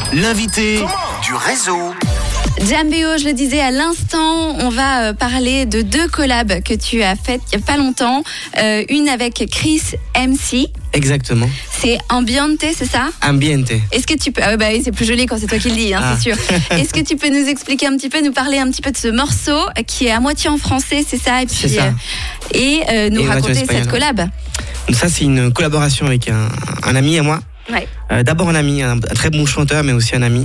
L'invité du réseau. Jam.Veo, je le disais à l'instant, on va parler de 2 collabs que tu as faites il n'y a pas longtemps. Une avec Chris MC. Exactement. C'est Ambiente, c'est ça? Ambiente. Est-ce que tu peux... Ah oui, c'est plus joli quand c'est toi qui le dis, c'est sûr. Est-ce que tu peux nous expliquer un petit peu, nous parler un petit peu de ce morceau qui est à moitié en français, c'est ça? Et puis, c'est ça. Nous raconter cette collab. Donc ça, c'est une collaboration avec un ami à moi. Ouais. D'abord un ami, un très bon chanteur, mais aussi un ami.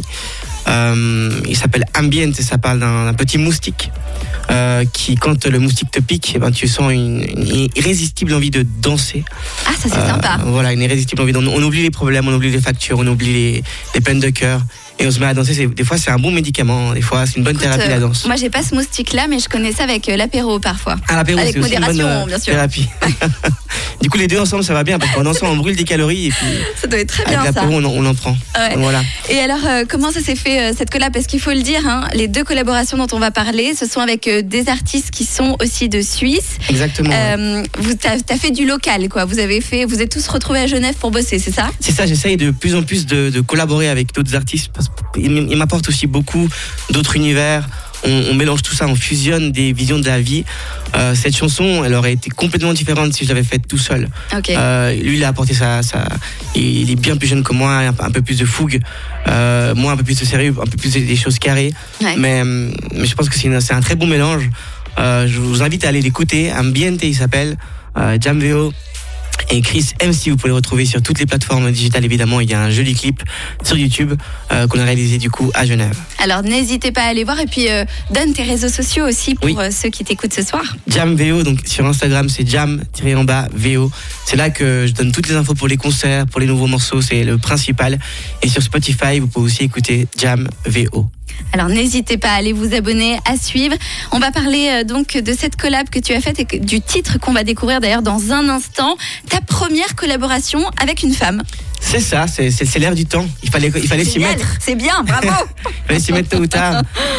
Il s'appelle Ambiente, ça parle d'un petit moustique qui, quand le moustique te pique, tu sens une irrésistible envie de danser. Ah, ça c'est sympa. Voilà, une irrésistible envie. On oublie les problèmes, on oublie les factures, on oublie les peines de cœur. Et on se met à danser. Des fois, c'est un bon médicament. Des fois, c'est une bonne thérapie, la danse. Moi, j'ai pas ce moustique-là, mais je connais ça avec l'apéro parfois. Ah, l'apéro, avec c'est aussi modération, une bonne bien sûr. Thérapie. Du coup, les deux ensemble, ça va bien parce qu'en dansant, on brûle des calories et puis. Ça doit être très bien. Avec l'apéro, on en prend. Ouais. Voilà. Et alors, comment ça s'est fait cette collab? Parce qu'il faut le dire, les 2 collaborations dont on va parler, ce sont avec des artistes qui sont aussi de Suisse. Exactement. T'as fait du local, quoi. Vous êtes tous retrouvés à Genève pour bosser, c'est ça? C'est ça. J'essaye de plus en plus de collaborer avec d'autres artistes parce qu'ils m'apportent aussi beaucoup d'autres univers. On mélange tout ça, on fusionne des visions de la vie. Cette chanson, elle aurait été complètement différente si je l'avais faite tout seul. Okay. Lui, il a apporté ça. Il est bien plus jeune que moi, un peu plus de fougue. Moi, un peu plus de sérieux, un peu plus des choses carrées. Ouais. Mais je pense que c'est un très bon mélange. Je vous invite à aller l'écouter. Ambiente, il s'appelle. Jam.Veo. Et Chris MC, vous pouvez le retrouver sur toutes les plateformes digitales, évidemment. Il y a un joli clip sur YouTube qu'on a réalisé du coup à Genève. Alors n'hésitez pas à aller voir et puis donne tes réseaux sociaux aussi pour ceux qui t'écoutent ce soir. Jam.Veo, donc sur Instagram c'est jam-VO. C'est là que je donne toutes les infos pour les concerts, pour les nouveaux morceaux, c'est le principal. Et sur Spotify, vous pouvez aussi écouter Jam.Veo. Alors n'hésitez pas à aller vous abonner, à suivre. On va parler donc de cette collab que tu as faite et du titre qu'on va découvrir d'ailleurs dans un instant. Ta première collaboration avec une femme. C'est ça, c'est l'air du temps. Il fallait s'y mettre. C'est bien, bravo. Il fallait s'y mettre tôt ou tard.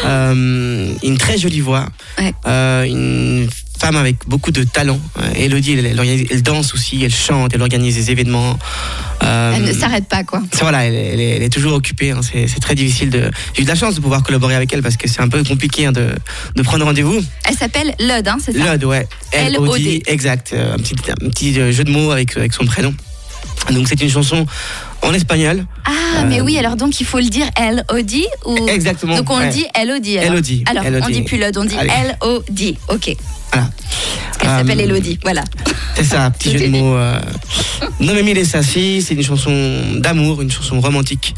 Une très jolie voix. Ouais. Une femme avec beaucoup de talent. Elodie, elle danse aussi, elle chante, elle organise des événements. Elle ne s'arrête pas, quoi. Voilà, elle est toujours occupée. C'est très difficile J'ai eu de la chance de pouvoir collaborer avec elle parce que c'est un peu compliqué de prendre rendez-vous. Elle s'appelle Lod, c'est ça? Lod, ouais. L-O-D. Exact. Un petit jeu de mots avec son prénom. Donc c'est une chanson en espagnol. Ah, mais oui, alors donc il faut le dire L-O-D ou... Exactement. Donc on le dit L-O-D. L-O-D. Alors L-O-D. on dit plus Lod, on dit L-O-D. Ok. Voilà. Parce qu'elle s'appelle Elodie, voilà. C'est ça, petit jeu de mots. Non mais Mille et Sassi, c'est une chanson d'amour, une chanson romantique.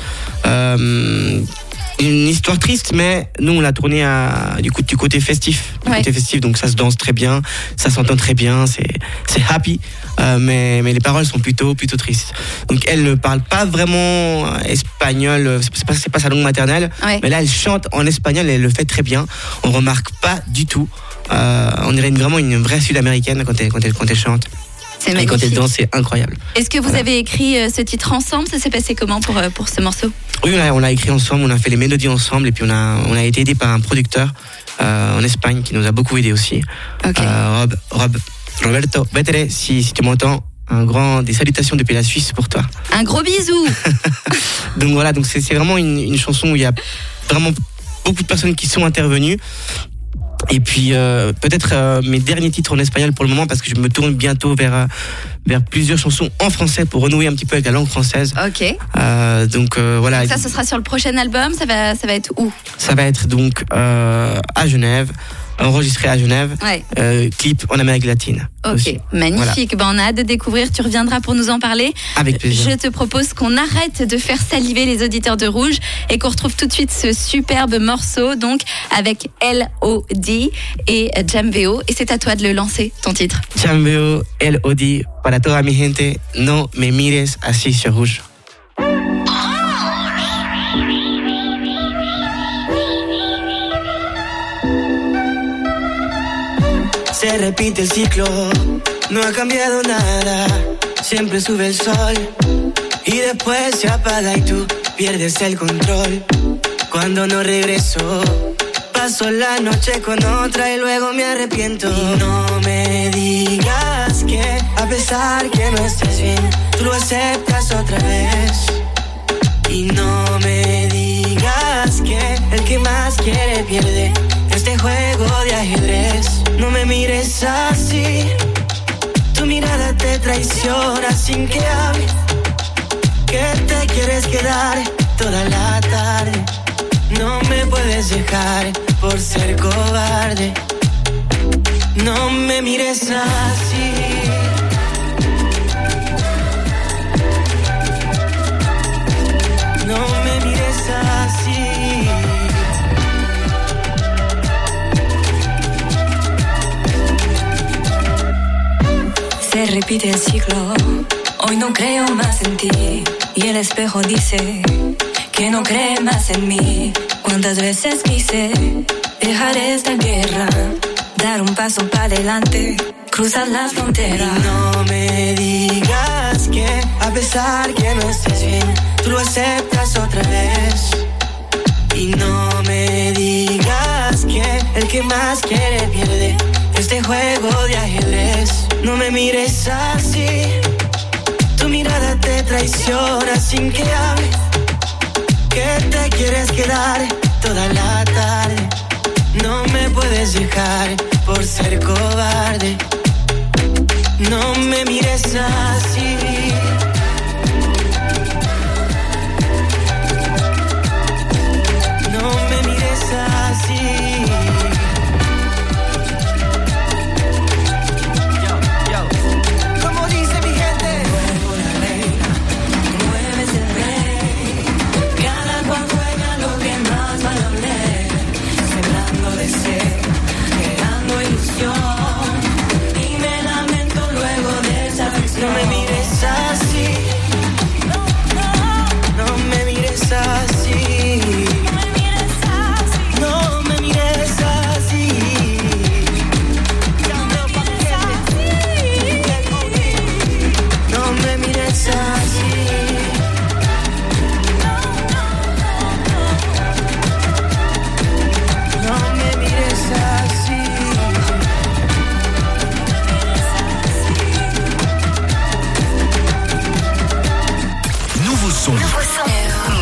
Une histoire triste, mais nous on l'a tournée du côté festif. Côté festif, donc ça se danse très bien, ça s'entend très bien, c'est happy, mais les paroles sont plutôt tristes. Donc elle ne parle pas vraiment espagnol, c'est pas sa langue maternelle, mais là elle chante en espagnol et elle le fait très bien. On remarque pas du tout. On dirait vraiment une vraie sud-américaine quand elle chante. C'est magnifique. Et quand elle danse, c'est incroyable. Est-ce que vous avez écrit ce titre ensemble? Ça s'est passé comment pour ce morceau? Oui, on l'a écrit ensemble, on a fait les mélodies ensemble et puis on a été aidé par un producteur en Espagne qui nous a beaucoup aidé aussi. Okay. Roberto Betere, si tu m'entends, des salutations depuis la Suisse pour toi. Un gros bisou. Donc voilà, donc c'est vraiment une chanson où il y a vraiment beaucoup de personnes qui sont intervenues. Et puis peut-être mes derniers titres en espagnol pour le moment parce que je me tourne bientôt vers plusieurs chansons en français pour renouer un petit peu avec la langue française. Ok. Donc voilà. Donc ça, ce sera sur le prochain album. Ça va être où? Ça va être donc à Genève. Enregistré à Genève, clip en Amérique latine. Ok, aussi. Magnifique. Voilà. On a hâte de découvrir. Tu reviendras pour nous en parler. Avec plaisir. Je te propose qu'on arrête de faire saliver les auditeurs de Rouge et qu'on retrouve tout de suite ce superbe morceau, donc avec L.O.D. et Jam.Veo. Et c'est à toi de le lancer, ton titre. Jam.Veo, L.O.D. Para toda mi gente, no me mires así sur Rouge. Se repite el ciclo, no ha cambiado nada, siempre sube el sol y después se apaga y tú pierdes el control. Cuando no regreso, paso la noche con otra y luego me arrepiento. Y no me digas que a pesar que no estés bien, tú lo aceptas otra vez. Y no me digas me mires así, tu mirada te traiciona sin que hable, que te quieres quedar toda la tarde. No me puedes dejar por ser cobarde. No me mires así. No me mires así. Se repite el ciclo, hoy no creo más en ti. Y el espejo dice que no cree más en mí. Cuántas veces quise dejar esta guerra, dar un paso para adelante, cruzar la frontera. Y no me digas que a pesar que no estés bien, tú lo aceptas otra vez. Y no me digas que el que más quiere pierde este juego de ajedrez. No me mires así, tu mirada te traiciona sin que hable, que te quieres quedar toda la tarde. No me puedes dejar por ser cobarde. No me mires así.